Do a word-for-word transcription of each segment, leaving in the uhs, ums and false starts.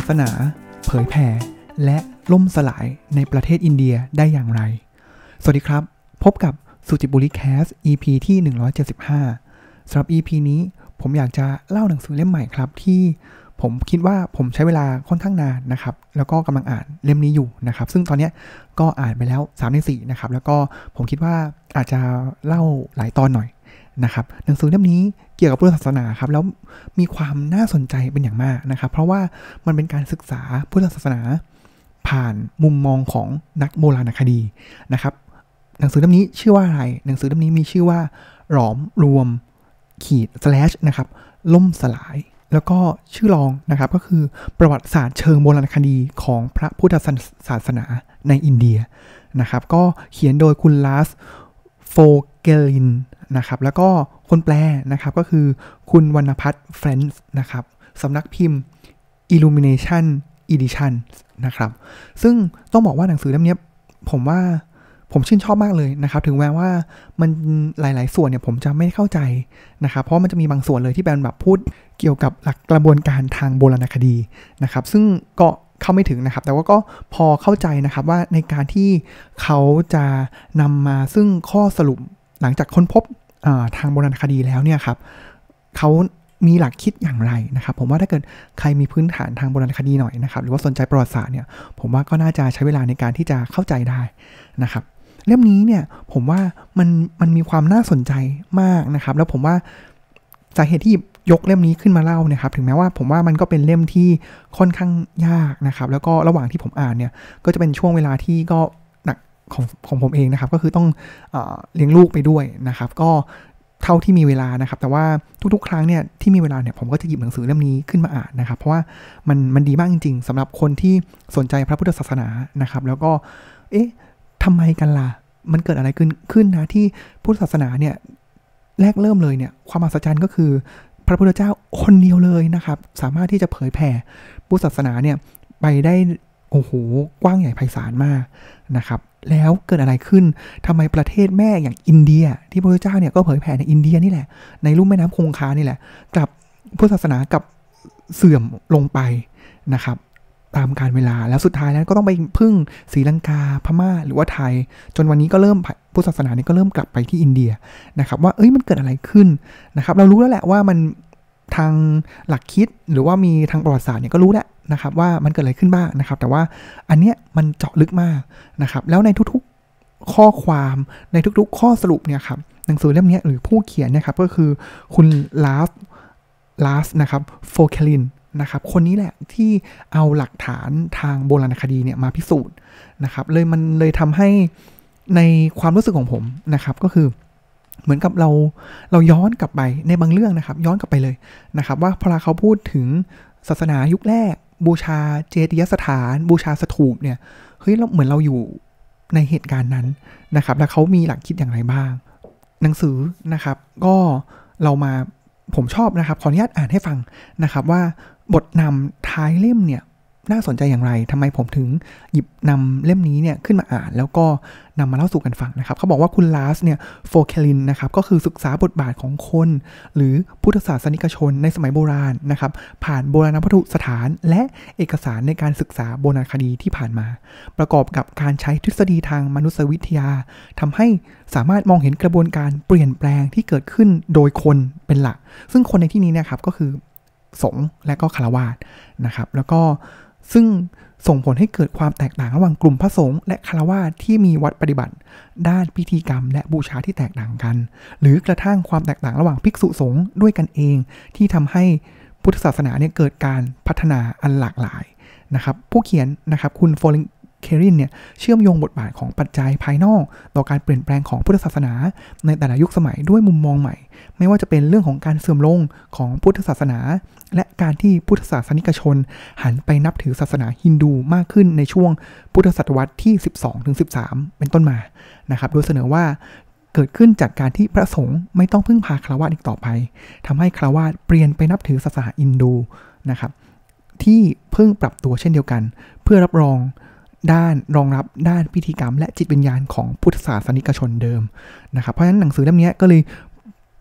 สนาเผยแผ่และล่มสลายในประเทศอินเดียได้อย่างไรสวัสดีครับพบกับสุจิบุริแคส อี พี ที่หนึ่งร้อยเจ็ดสิบห้าสำหรับ อี พี นี้ผมอยากจะเล่าหนังสือเล่มใหม่ครับที่ผมคิดว่าผมใช้เวลาค่อนข้างนานนะครับแล้วก็กำลังอ่านเล่มนี้อยู่นะครับซึ่งตอนนี้ก็อ่านไปแล้วสามในสี่นะครับแล้วก็ผมคิดว่าอาจจะเล่าหลายตอนหน่อยนะครับหนังสือเล่มนี้เกี่ยวกับพุทธศาสนาครับแล้วมีความน่าสนใจเป็นอย่างมากนะครับเพราะว่ามันเป็นการศึกษาพุทธศาสนาผ่านมุมมองของนักโบราณคดีนะครับหนังสือเล่มนี้ชื่อว่าอะไรหนังสือเล่มนี้มีชื่อว่าหลอมรวมขีด slash นะครับล่มสลายแล้วก็ชื่อรองนะครับก็คือประวัติศาสตร์เชิงโบราณคดีของพระพุทธศาสนาในอินเดียนะครับก็เขียนโดยคุณลาสโฟเกลินนะครับแล้วก็คนแปลนะครับก็คือคุณวรรณพัฒน์เฟรนซ์นะครับสำนักพิมพ์ Illumination Edition นะครับซึ่งต้องบอกว่าหนังสือเล่มนี้ผมว่าผมชื่นชอบมากเลยนะครับถึงแม้ว่ามันหลายๆส่วนเนี่ยผมจะไม่เข้าใจนะครับเพราะมันจะมีบางส่วนเลยที่เป็นแบบพูดเกี่ยวกับหลักกระบวนการทางโบราณคดีนะครับซึ่งก็เข้าไม่ถึงนะครับแต่ว่าก็พอเข้าใจนะครับว่าในการที่เขาจะนำมาซึ่งข้อสรุปหลังจากค้นพบทางโบราณคดีแล้วเนี่ยครับเขามีหลักคิดอย่างไรนะครับผมว่าถ้าเกิดใครมีพื้นฐานทางโบราณคดีหน่อยนะครับหรือว่าสนใจประวัติศาสตร์เนี่ยผมว่าก็น่าจะใช้เวลาในการที่จะเข้าใจได้นะครับเล่มนี้เนี่ยผมว่ามันมันมีความน่าสนใจมากนะครับแล้วผมว่าสาเหตุที่ยกเล่มนี้ขึ้นมาเล่าเนี่ยครับถึงแม้ว่าผมว่ามันก็เป็นเล่มที่ค่อนข้างยากนะครับแล้วก็ระหว่างที่ผมอ่านเนี่ยก็จะเป็นช่วงเวลาที่ก็หนักของของผมเองนะครับก็คือต้องเอ่อเลี้ยงลูกไปด้วยนะครับก็เท่าที่มีเวลานะครับแต่ว่าทุกๆครั้งเนี่ยที่มีเวลาเนี่ยผมก็จะหยิบหนังสือเล่มนี้ขึ้นมาอ่านนะครับเพราะว่ามันมันดีมากจริงๆสำหรับคนที่สนใจพระพุทธศาสนานะครับแล้วก็เอ๊ะทำไมกันล่ะมันเกิดอะไรขึ้นขึ้นนะที่พุทธศาสนาเนี่ยแรกเริ่มเลยเนี่ยความมหัศจรรย์ก็คือพระพุทธเจ้าคนเดียวเลยนะครับสามารถที่จะเผยแผ่พุทธศาสนาเนี่ยไปได้โอ้โหกว้างใหญ่ไพศาลมากนะครับแล้วเกิดอะไรขึ้นทำไมประเทศแม่อย่างอินเดียที่พระพุทธเจ้าเนี่ยก็เผยแผ่ในอินเดียนี่แหละในลุ่มแม่น้ำคงคานี่แหละกลับพุทธศาสนากับเสื่อมลงไปนะครับตามกาลเวลาแล้วสุดท้ายนั้นก็ต้องไปพึ่งศรีลังกาพม่าหรือว่าไทยจนวันนี้ก็เริ่มพุทธศาสนาเนี่ยก็เริ่มกลับไปที่อินเดียนะครับว่าเอ้ยมันเกิดอะไรขึ้นนะครับเรารู้แล้วแหละว่ามันทางหลักคิดหรือว่ามีทางประวัติศาสตร์เนี่ยก็รู้แหละนะครับว่ามันเกิดอะไรขึ้นบ้างนะครับแต่ว่าอันเนี้ยมันเจาะลึกมากนะครับแล้วในทุกๆข้อความในทุกๆข้อสรุปเนี่ยครับหนังสือเล่มนี้หรือผู้เขียนเนี่ยครับก็คือคุณลาสลาสนะครับโฟเคลินนะครับคนนี้แหละที่เอาหลักฐานทางโบราณคดีเนี่ยมาพิสูจน์นะครับเลยมันเลยทำให้ในความรู้สึกของผมนะครับก็คือเหมือนกับเราเราย้อนกลับไปในบางเรื่องนะครับย้อนกลับไปเลยนะครับว่าพอเขาพูดถึงศาสนายุคแรกบูชาเจดียสถานบูชาสถูปเนี่ยเฮ้ยเราเหมือนเราอยู่ในเหตุการณ์นั้นนะครับแล้วเขามีหลักคิดอย่างไรบ้างหนังสือนะครับก็เรามาผมชอบนะครับขออนุญาตอ่านให้ฟังนะครับว่าบทนำท้ายเล่มเนี่ยน่าสนใจอย่างไรทำไมผมถึงหยิบนำเล่มนี้เนี่ยขึ้นมาอ่านแล้วก็นำมาเล่าสู่กันฟังนะครับเขาบอกว่าคุณลาสเนี่ยโฟเคลินนะครับก็คือศึกษาบทบาทของคนหรือพุทธศาสนิกชนในสมัยโบราณนะครับผ่านโบราณวัตถุสถานและเอกสารในการศึกษาโบราณคดีที่ผ่านมาประกอบกับการใช้ทฤษฎีทางมนุษยวิทยาทำให้สามารถมองเห็นกระบวนการเปลี่ยนแปลงที่เกิดขึ้นโดยคนเป็นหลักซึ่งคนในที่นี้นะครับก็คือสงฆ์และก็ฆราวาสนะครับแล้วก็ซึ่งส่งผลให้เกิดความแตกต่างระหว่างกลุ่มพระสงฆ์และฆราวาสที่มีวัดปฏิบัติด้านพิธีกรรมและบูชาที่แตกต่างกันหรือกระทั่งความแตกต่างระหว่างภิกษุสงฆ์ด้วยกันเองที่ทำให้พุทธศาสนาเนี่ยเกิดการพัฒนาอันหลากหลายนะครับผู้เขียนนะครับคุณโฟลิงเครินเนี่ยเชื่อมโยงบทบาทของปัจจัยภายนอกต่อการเปลี่ยนแปลงของพุทธศาสนาในแต่ละยุคสมัยด้วยมุมมองใหม่ไม่ว่าจะเป็นเรื่องของการเสื่อมลงของพุทธศาสนาและการที่พุทธศาสนิกชนหันไปนับถือศาสนาฮินดูมากขึ้นในช่วงพุทธศตวรรษที่ สิบสองถึงสิบสาม เป็นต้นมานะครับโดยเสนอว่าเกิดขึ้นจากการที่พระสงฆ์ไม่ต้องพึ่งพาฆราวาสอีกต่อไปทำให้ฆราวาสเปลี่ยนไปนับถือศาสนาฮินดูนะครับที่เพิ่งปรับตัวเช่นเดียวกันเพื่อรับรองด้านรองรับด้านพิธีกรรมและจิตวิญญาณของพุทธศาสนิกชนเดิมนะครับเพราะฉะนั้นหนังสือเล่มนี้ก็เลยถ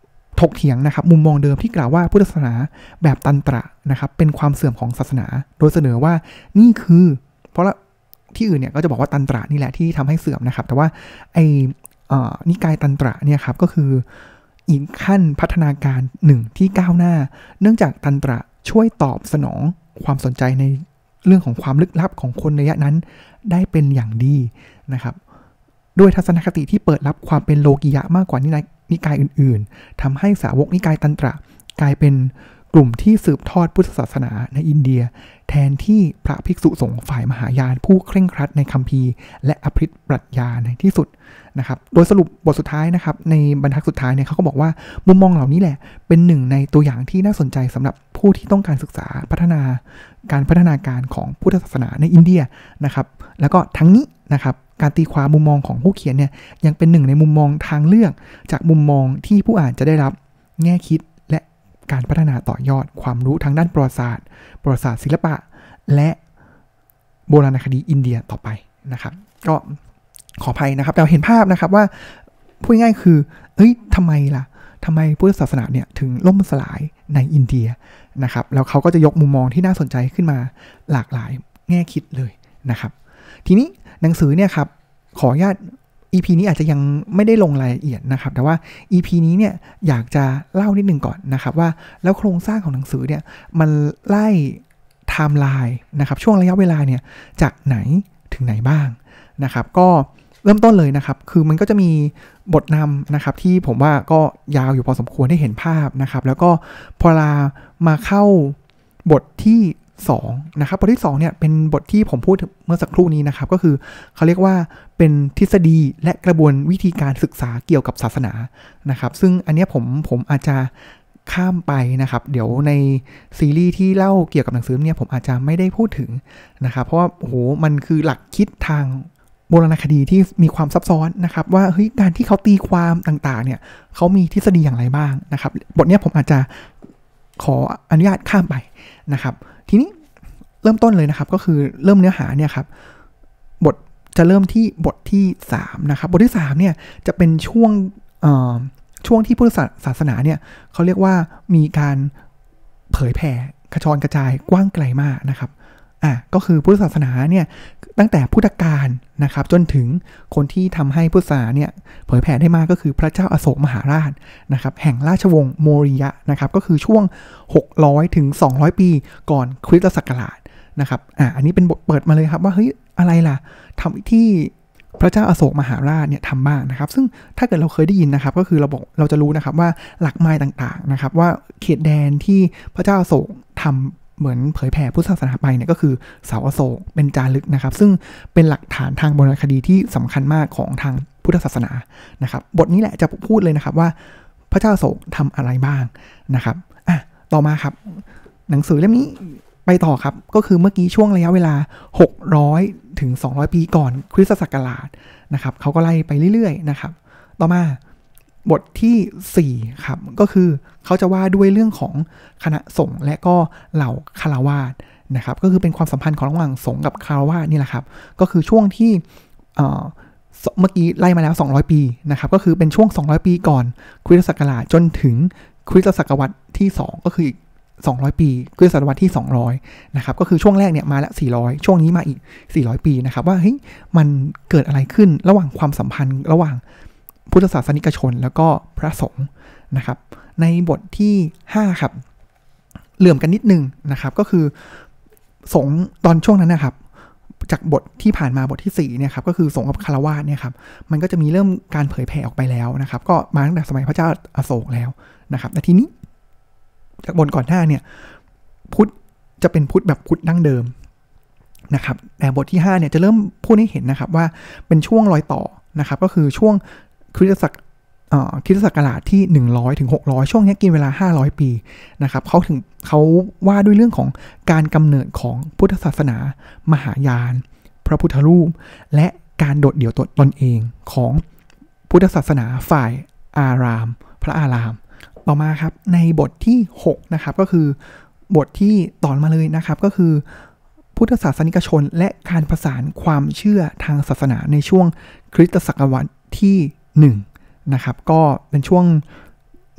ถกเถียงนะครับมุมมองเดิมที่กล่าวว่าพุทธศาสนาแบบตันตระนะครับเป็นความเสื่อมของศาสนาโดยเสนอว่านี่คือเพราะที่อื่นเนี่ยก็จะบอกว่าตันตระนี่แหละที่ทำให้เสื่อมนะครับแต่ว่าไอ้นิกายตันตระเนี่ยครับก็คืออีกขั้นพัฒนาการหนึ่งที่ก้าวหน้าเนื่องจากตันตระช่วยตอบสนองความสนใจในเรื่องของความลึกลับของคนระยะนั้นได้เป็นอย่างดีนะครับด้วยทัศนคติที่เปิดรับความเป็นโลกิยะมากกว่านิกายอื่นๆทำให้สาวกนิกายตันตระกลายเป็นกลุ่มที่สืบทอดพุทธศาสนาในอินเดียแทนที่พระภิกษุสงฆ์ฝ่ายมหายานผู้เคร่งครัดในคัมภีร์และอภิปรัชญาในที่สุดนะครับโดยสรุปบทสุดท้ายนะครับในบรรทัดสุดท้ายเนี่ยเขาก็บอกว่ามุมมองเหล่านี้แหละเป็นหนึ่งในตัวอย่างที่น่าสนใจสำหรับผู้ที่ต้องการศึกษาพัฒนาการพัฒนาการของพุทธศาสนาในอินเดียนะครับแล้วก็ทั้งนี้นะครับการตีความมุมมองของผู้เขียนเนี่ยยังเป็นหนึ่งในมุมมองทางเลือกจากมุมมองที่ผู้อ่านจะได้รับแง่คิดและการพัฒนาต่อยอดความรู้ทางด้านประวัติศาสตร์ประวัติศาสตร์ศิลปะและโบราณคดีอินเดียต่อไปนะครับก็ขออภัยนะครับเราเห็นภาพนะครับว่าพูดง่ายๆคือเอ้ยทำไมล่ะทำไมพุทธศาสนาเนี่ยถึงล่มสลายในอินเดียนะครับแล้วเขาก็จะยกมุมมองที่น่าสนใจขึ้นมาหลากหลายแง่คิดเลยนะครับทีนี้หนังสือเนี่ยครับขออนุญาต อี พี นี้อาจจะยังไม่ได้ลงรายละเอียดนะครับแต่ว่า อี พี นี้เนี่ยอยากจะเล่านิดนึงก่อนนะครับว่าแล้วโครงสร้างของหนังสือเนี่ยมันไล่ไทม์ไลน์นะครับช่วงระยะเวลาเนี่ยจากไหนถึงไหนบ้างนะครับก็เริ่มต้นเลยนะครับคือมันก็จะมีบทนำนะครับที่ผมว่าก็ยาวอยู่พอสมควรได้เห็นภาพนะครับแล้วก็พอลามาเข้าบทที่สองนะครับบทที่สองเนี่ยเป็นบทที่ผมพูดเมื่อสักครู่นี้นะครับก็คือเขาเรียกว่าเป็นทฤษฎีและกระบวนวิธีการศึกษาเกี่ยวกับศาสนานะครับซึ่งอันนี้ผมผมอาจจะข้ามไปนะครับเดี๋ยวในซีรีส์ที่เล่าเกี่ยวกับหนังสือเนี่ยผมอาจจะไม่ได้พูดถึงนะครับเพราะว่าโอ้โหมันคือหลักคิดทางโบราณคดีที่มีความซับซ้อนนะครับว่าเฮ้ยการที่เขาตีความต่างๆเนี่ยเขามีทฤษฎีอย่างไรบ้างนะครับบทนี้ผมอาจจะขออนุญาตข้ามไปนะครับทีนี้เริ่มต้นเลยนะครับก็คือเริ่มเนื้อหาเนี่ยครับบทจะเริ่มที่บทที่สามนะครับบทที่สามเนี่ยจะเป็นช่วงช่วงที่พุทธศาสนาเนี่ยเขาเรียกว่ามีการเผยแผ่กระจรกระจายกว้างไกลมากนะครับอ่ะก็คือพุทธศาสนาเนี่ยตั้งแต่พุทธกาลนะครับจนถึงคนที่ทำให้พุทธศาสนาเนี่ยเผยแผ่ได้มากก็คือพระเจ้าอโศกมหาราชนะครับแห่งราชวงศ์โมริยะนะครับก็คือช่วงหกร้อยถึงสองร้อยปีก่อนคริสตศักราชนะครับอ่ะอันนี้เป็นบทเปิดมาเลยครับว่าเฮ้ยอะไรล่ะทำที่พระเจ้าอโศกมหาราชเนี่ยทำบ้างนะครับซึ่งถ้าเกิดเราเคยได้ยินนะครับก็คือเราบอกเราจะรู้นะครับว่าหลักไมล์ต่างๆนะครับว่าเขตแดนที่พระเจ้าอโศกทำเหมือนเผยแผ่พุทธศาสนาไปเนี่ยก็คือเสาอโศกเป็นจารึกนะครับซึ่งเป็นหลักฐานทางโบราณคดีที่สำคัญมากของทางพุทธศาสนานะครับบทนี้แหละจะพูดเลยนะครับว่าพระเจ้าอโศกทำอะไรบ้างนะครับอ่ะต่อมาครับหนังสือเล่มนี้ไปต่อครับก็คือเมื่อกี้ช่วงระยะเวลาหกร้อยถึงสองร้อยปีก่อนคริสตศักราชนะครับเขาก็ไล่ไปเรื่อยๆนะครับต่อมาบทที่สี่ครับก็คือเขาจะว่าด้วยเรื่องของคณะสงฆ์และก็เหล่าคฤหัสถ์นะครับก็คือเป็นความสัมพันธ์ของระหว่างสงฆ์กับคฤหัสถ์นี่แหละครับก็คือช่วงที่เอ่อเมื่อกี้ไล่มาแล้วสองร้อยปีนะครับก็คือเป็นช่วงสองร้อยปีก่อนคริสตศักราชจนถึงคริสตศักราชที่สองก็คือสองร้อยปีคริสตศตวรรษที่สองร้อยนะครับก็คือช่วงแรกเนี่ยมาแล้วสี่ร้อยช่วงนี้มาอีกสี่ร้อยปีนะครับว่าเฮ้ยมันเกิดอะไรขึ้นระหว่างความสัมพันธ์ระหว่างพุทธศาสนิกชนแล้วก็พระสงฆ์นะครับในบทที่ห้าครับเหลื่อมกันนิดนึงนะครับก็คือสงฆ์ตอนช่วงนั้นนะครับจากบทที่ผ่านมาบทที่สี่เนี่ยครับก็คือสงฆ์กับคฤหัสถ์เนี่ยครับมันก็จะมีเริ่มการเผยแผ่ออกไปแล้วนะครับก็มาตั้งแต่สมัยพระเจ้าอโศกแล้วนะครับแต่ทีนี้จากบทก่อนหน้าเนี่ยพุทธจะเป็นพุทธแบบพุทธดั้งเดิมนะครับแต่บทที่ห้าเนี่ยจะเริ่มพูดให้เห็นนะครับว่าเป็นช่วงรอยต่อนะครับก็คือช่วงคริสตศักราชเอ่อคริสตศักราชที่หนึ่งร้อยถึงหกร้อยช่วงนี้กินเวลาห้าร้อยปีนะครับเขาถึงเขาว่าด้วยเรื่องของการกำเนิดของพุทธศาสนามหายานพระพุทธรูปและการโดดเดี่ยวตนเองของพุทธศาสนาฝ่ายอารามพระอารามต่อมาครับในบทที่หกนะครับก็คือบทที่ต่อมาเลยนะครับก็คือพุทธศาสนิกชนและการประสานความเชื่อทางศาสนาในช่วงคริสตศักราชที่หนึ่งนะครับก็เป็นช่วง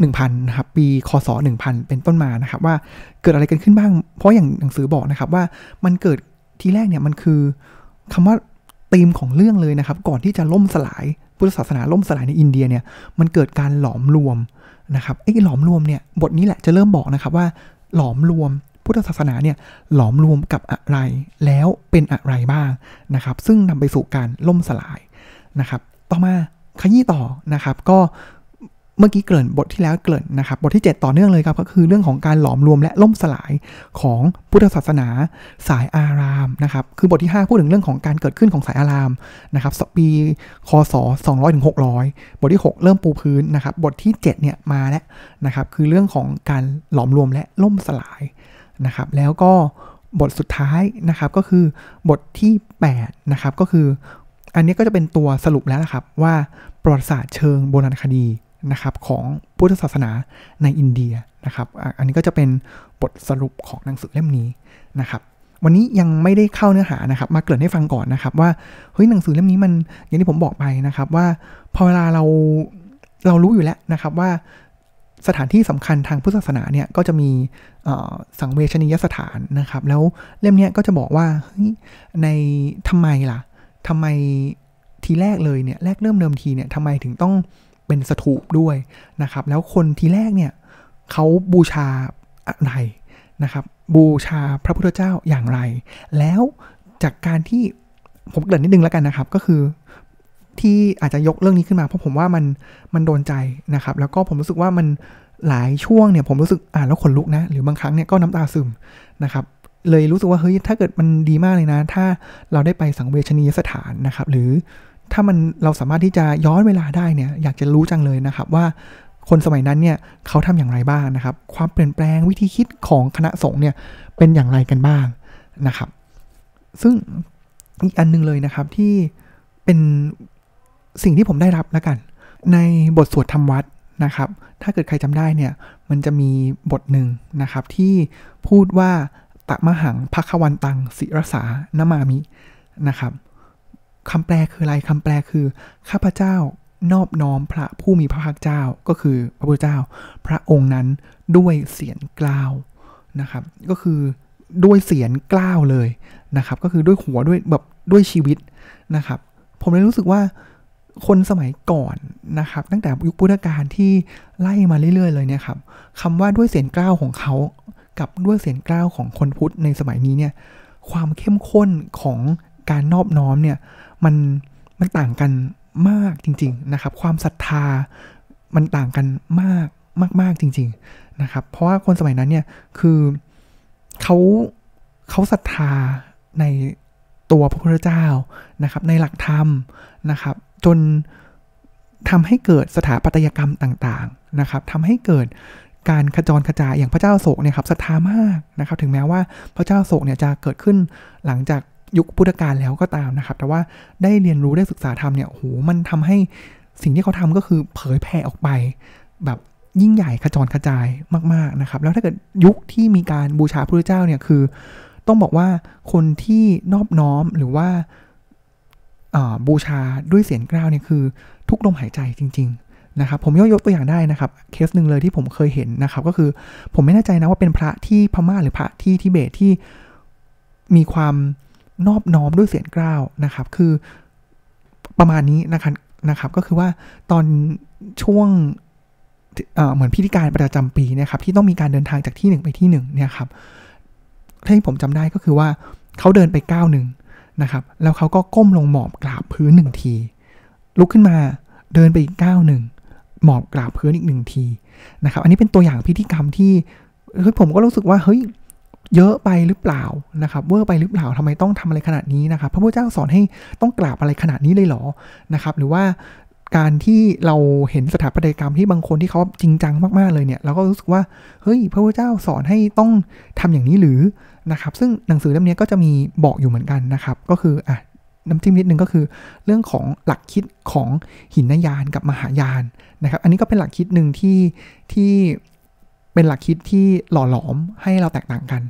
หนึ่งพันนะครับปีคศหนึ่งพันเป็นต้นมานะครับว่าเกิดอะไรกันขึ้นบ้างเพราะอย่างหนังสือบอกนะครับว่ามันเกิดทีแรกเนี่ยมันคือคำว่าธีมของเรื่องเลยนะครับก่อนที่จะล่มสลายพุทธศาสนาล่มสลายในอินเดียเนี่ยมันเกิดการหลอมรวมนะครับไอ้หลอมรวมเนี่ยบทนี้แหละจะเริ่มบอกนะครับว่าหลอมรวมพุทธศาสนาเนี่ยหลอมรวมกับอะไรแล้วเป็นอะไรบ้างนะครับซึ่งนำไปสู่การล่มสลายนะครับต่อมาขยี้ต่อนะครับก็เมื่อกี้เกริ่นบทที่แล้วเกริ่นนะครับบทที่เจ็ดต่อเนื่องเลยครับก็คือเรื่องของการหลอมรวมและล่มสลายของพุทธศาสนาสายอารามนะครับคือบทที่ห้าพูดถึงเรื่องของการเกิดขึ้นของสายอารามนะครับปีคศสองร้อยถึงหกร้อยบทที่หกเริ่มปูพื้นนะครับบทที่เจ็ดเนี่ยมาแล้วนะครับคือเรื่องของการหลอมรวมและล่มสลายนะครับแล้วก็บทสุดท้ายนะครับก็คือบทที่แปดนะครับก็คืออันนี้ก็จะเป็นตัวสรุปแล้วนะครับว่าประวัติศาสตร์เชิงโบราณคดีนะครับของพุทธศาสนาในอินเดียนะครับอันนี้ก็จะเป็นบทสรุปของหนังสือเล่มนี้นะครับวันนี้ยังไม่ได้เข้าเนื้อหานะครับมาเกริ่นให้ฟังก่อนนะครับว่าเฮ้ยหนังสือเล่มนี้มันอย่างที่ผมบอกไปนะครับว่าพอเวลาเราเรารู้อยู่แล้วนะครับว่าสถานที่สำคัญทางพุทธศาสนาเนี่ยก็จะมีสังเวชนียสถานนะครับแล้วเล่มนี้ก็จะบอกว่าเฮ้ยในทำไมล่ะทำไมทีแรกเลยเนี่ยแรกเริ่มเดิมทีเนี่ยทำไมถึงต้องเป็นสถูปด้วยนะครับแล้วคนทีแรกเนี่ยเขาบูชาอะไรนะครับบูชาพระพุทธเจ้าอย่างไรแล้วจากการที่ผมเกริ่นนิดนึงแล้วกันนะครับก็คือที่อาจจะยกเรื่องนี้ขึ้นมาเพราะผมว่ามันมันโดนใจนะครับแล้วก็ผมรู้สึกว่ามันหลายช่วงเนี่ยผมรู้สึกอ่านแล้วขนลุกนะหรือบางครั้งเนี่ยก็น้ำตาซึมนะครับเลยรู้สึกว่าเฮ้ยถ้าเกิดมันดีมากเลยนะถ้าเราได้ไปสังเวชนียสถานนะครับหรือถ้ามันเราสามารถที่จะย้อนเวลาได้เนี่ยอยากจะรู้จังเลยนะครับว่าคนสมัยนั้นเนี่ยเขาทำอย่างไรบ้างนะครับความเปลี่ยนแปลงวิธีคิดของคณะสงฆ์เนี่ยเป็นอย่างไรกันบ้างนะครับซึ่งอีกอันนึงเลยนะครับที่เป็นสิ่งที่ผมได้รับแล้วกันในบทสวดธรรมวัดนะครับถ้าเกิดใครจำได้เนี่ยมันจะมีบทหนึ่งนะครับที่พูดว่าตะมหังภควันตังศิรสานมามินะครับคำแปลคืออะไรคำแปลคือข้าพเจ้านอบน้อมพระผู้มีพระภาคเจ้าก็คือพระพุทธเจ้าพระองค์นั้นด้วยเสียงกล้าวนะครับก็คือด้วยเสียงกล้าวเลยนะครับก็คือด้วยหัวด้วยแบบด้วยชีวิตนะครับผมเลยรู้สึกว่าคนสมัยก่อนนะครับตั้งแต่ยุคพุทธกาลที่ไล่มาเรื่อยๆเลยเนี่ยครับคำว่าด้วยเสียงกล้าวของเขากับด้วยเสียงกล้าวของคนพุทธในสมัยนี้เนี่ยความเข้มข้นของการนอบน้อมเนี่ยมันมันต่างกันมากจริงๆนะครับความศรัทธามันต่างกันมากมากๆจริงๆนะครับเพราะว่าคนสมัยนั้นเนี่ยคือเขาเขาศรัทธาในตัวพระพุทธเจ้านะครับในหลักธรรมนะครับจนทำให้เกิดสถาปัตยกรรมต่างๆนะครับทำให้เกิดการขจรกระจายอย่างพระเจ้าอโศกเนี่ยครับศรัทธามากนะครับถึงแม้ว่าพระเจ้าอโศกเนี่ยจะเกิดขึ้นหลังจากยุคพุทธกาลแล้วก็ตามนะครับแต่ว่าได้เรียนรู้ได้ศึกษาธรรมเนี่ยโอ้โหมันทำให้สิ่งที่เขาทำก็คือเผยแผ่ออกไปแบบยิ่งใหญ่ขจรกระจายมากๆนะครับแล้วถ้าเกิดยุคที่มีการบูชาพระพุทธเจ้าเนี่ยคือต้องบอกว่าคนที่นอบน้อมหรือว่าบูชาด้วยเสียงกล้าวเนี่ยคือทุกลมหายใจจริงๆนะครับผมยกตัวอย่างได้นะครับเคสหนึ่งเลยที่ผมเคยเห็นนะครับก็คือผมไม่แน่ใจนะว่าเป็นพระที่พม่าหรือพระที่ทิเบตที่มีความนอบน้อมด้วยเสียงกล้าวนะครับคือประมาณนี้นะครับนะครับก็คือว่าตอนช่วงเอ่อเหมือนพิธีการประจำปีนะครับที่ต้องมีการเดินทางจากที่หนึ่งไปที่หนึ่งเนี่ยครับที่ผมจำได้ก็คือว่าเขาเดินไปก้าวหนึ่งนะครับแล้วเขาก็ก้มลงหมอบกราบพื้นหนึ่งทีลุกขึ้นมาเดินไปอีกก้าวหนึ่งหมอบกราบพื้นอีกหนึ่งทีนะครับอันนี้เป็นตัวอย่างพิธีกรรมที่เฮ้ยผมก็รู้สึกว่าเฮ้ยเยอะไปหรือเปล่านะครับเวอร์ไปหรือเปล่าทำไมต้องทำอะไรขนาดนี้นะครับพระพุทธเจ้าสอนให้ต้องกราบอะไรขนาดนี้เลยเหรอนะครับหรือว่าการที่เราเห็นสถาปัตยกรรมที่บางคนที่เขาจริงจังมากๆเลยเนี่ยเราก็รู้สึกว่าเฮ้ยพระพุทธเจ้าสอนให้ต้องทำอย่างนี้หรือนะครับซึ่งหนังสือเล่มนี้ก็จะมีบอกอยู่เหมือนกันนะครับก็คืออ่ะน้ำจิ้มนิดนึงก็คือเรื่องของหลักคิดของหินยานกับมหายานนะครับอันนี้ก็เป็นหลักคิดหนึ่งที่ที่เป็นหลักคิดที่หล่อหลอมให้เราแตกต่างกัน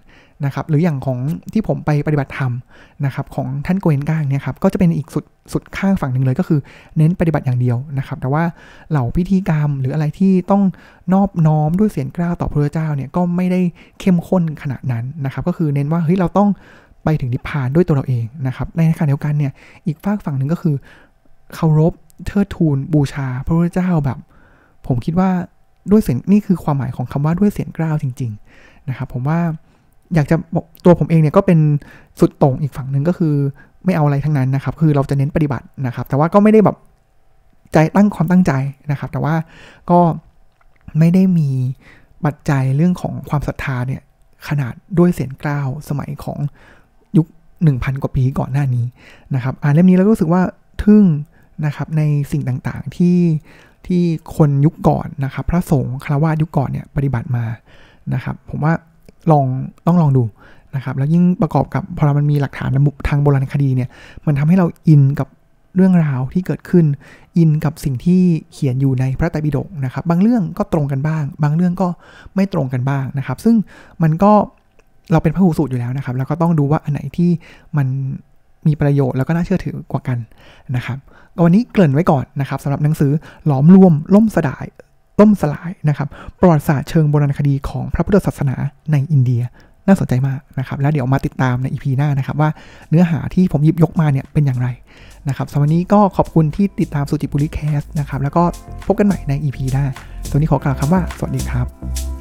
นะครับหรืออย่างของที่ผมไปปฏิบัติธรรมนะครับของท่านโกเอนก้างเนี่ยครับก็จะเป็นอีกสุดสุดข้างฝั่งหนึ่งเลยก็คือเน้นปฏิบัติอย่างเดียวนะครับแต่ว่าเหล่าพิธีกรรมหรืออะไรที่ต้องนอบน้อมด้วยเสียงกล้าวต่อพระเจ้าเนี่ยก็ไม่ได้เข้มข้นขนาดนั้นนะครับก็คือเน้นว่าเฮ้ยเราต้องไปถึงนิพพานด้วยตัวเราเองนะครับในขณะเดียวกันเนี่ยอีกฝากฝั่งหนึ่งก็คือเคารพเทิดทูนบูชาพระพุทธเจ้าแบบผมคิดว่าด้วยเสียงนี่คือความหมายของคำว่าด้วยเสียงกล้าวจริงๆนะครับผมว่าอยากจะบอกตัวผมเองเนี่ยก็เป็นสุดโต่งอีกฝั่งหนึ่งก็คือไม่เอาอะไรทั้งนั้นนะครับคือเราจะเน้นปฏิบัตินะครับแต่ว่าก็ไม่ได้แบบใจตั้งความตั้งใจนะครับแต่ว่าก็ไม่ได้มีปัจจัยเรื่องของความศรัทธาเนี่ยขนาดด้วยเสียงกล้าวสมัยของยุค หนึ่งพัน กว่าปีก่อนหน้านี้นะครับอ่านเล่มนี้แล้วรู้สึกว่าทึ่งนะครับในสิ่งต่างๆที่ที่คนยุคก่อนนะครับพระสงฆ์ฆราวาสยุคก่อนเนี่ยปฏิบัติมานะครับผมว่าลองต้องลองดูนะครับแล้วยิ่งประกอบกับพอมันมีหลักฐานทางโบราณคดีเนี่ยมันทำให้เราอินกับเรื่องราวที่เกิดขึ้นอินกับสิ่งที่เขียนอยู่ในพระไตรปิฎกนะครับบางเรื่องก็ตรงกันบ้างบางเรื่องก็ไม่ตรงกันบ้างนะครับซึ่งมันก็เราเป็นพหูสูตรอยู่แล้วนะครับแล้วก็ต้องดูว่าอันไหนที่มันมีประโยชน์แล้วก็น่าเชื่อถือกว่ากันนะครับวันนี้เกริ่นไว้ก่อนนะครับสำหรับหนังสือหลอมรวมล่มสลายล่มสลายนะครับประวัติศาสตร์เชิงโบราณคดีของพระพุทธศาสนาในอินเดียน่าสนใจมากนะครับแล้วเดี๋ยวมาติดตามใน อี พี หน้านะครับว่าเนื้อหาที่ผมหยิบยกมาเนี่ยเป็นอย่างไรนะครับสำหรับวันนี้ก็ขอบคุณที่ติดตามสุจิตบุรีแคสต์นะครับแล้วก็พบกันใหม่ใน อี พี หน้าตัวนี้ขอกล่าวคำว่าสวัสดีครับ